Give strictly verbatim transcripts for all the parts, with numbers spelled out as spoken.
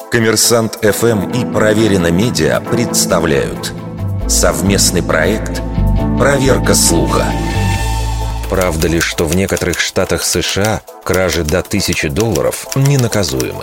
Коммерсант эф эм и Проверено Медиа представляют совместный проект «Проверка слуха». Правда ли, что в некоторых штатах США кражи до тысячи долларов ненаказуемы?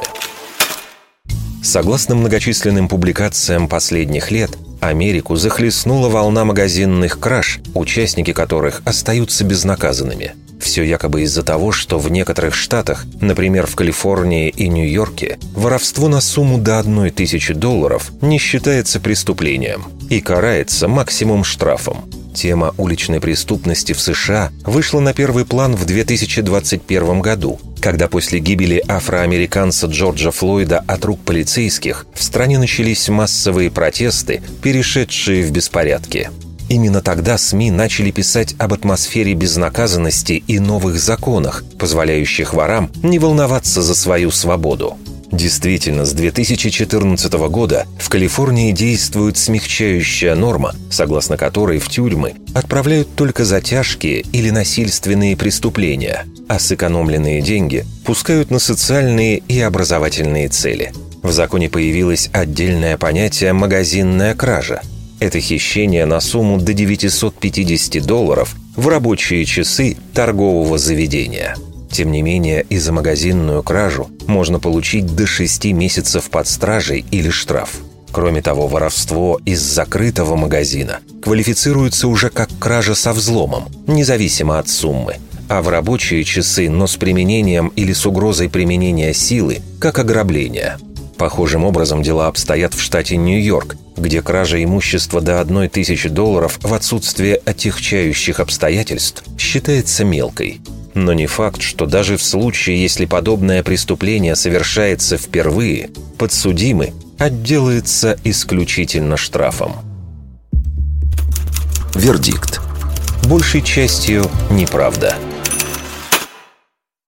Согласно многочисленным публикациям последних лет, Америку захлестнула волна магазинных краж, участники которых остаются безнаказанными. Все якобы из-за того, что в некоторых штатах, например, в Калифорнии и Нью-Йорке, воровство на сумму до одной тысячи долларов не считается преступлением и карается максимум штрафом. Тема уличной преступности в США вышла на первый план в две тысячи двадцать первом году, когда после гибели афроамериканца Джорджа Флойда от рук полицейских в стране начались массовые протесты, перешедшие в беспорядки. Именно тогда СМИ начали писать об атмосфере безнаказанности и новых законах, позволяющих ворам не волноваться за свою свободу. Действительно, с две тысячи четырнадцатого года в Калифорнии действует смягчающая норма, согласно которой в тюрьмы отправляют только за тяжкие или насильственные преступления, а сэкономленные деньги пускают на социальные и образовательные цели. В законе появилось отдельное понятие «магазинная кража». Это хищение на сумму до девятьсот пятьдесят долларов в рабочие часы торгового заведения. Тем не менее, и за магазинную кражу можно получить до шести месяцев под стражей или штраф. Кроме того, воровство из закрытого магазина квалифицируется уже как кража со взломом, независимо от суммы, а в рабочие часы, но с применением или с угрозой применения силы, как ограбление. Похожим образом дела обстоят в штате Нью-Йорк, где кража имущества до одной тысячи долларов в отсутствие отягчающих обстоятельств считается мелкой. Но не факт, что даже в случае, если подобное преступление совершается впервые, подсудимый отделается исключительно штрафом. Вердикт. Большей частью неправда.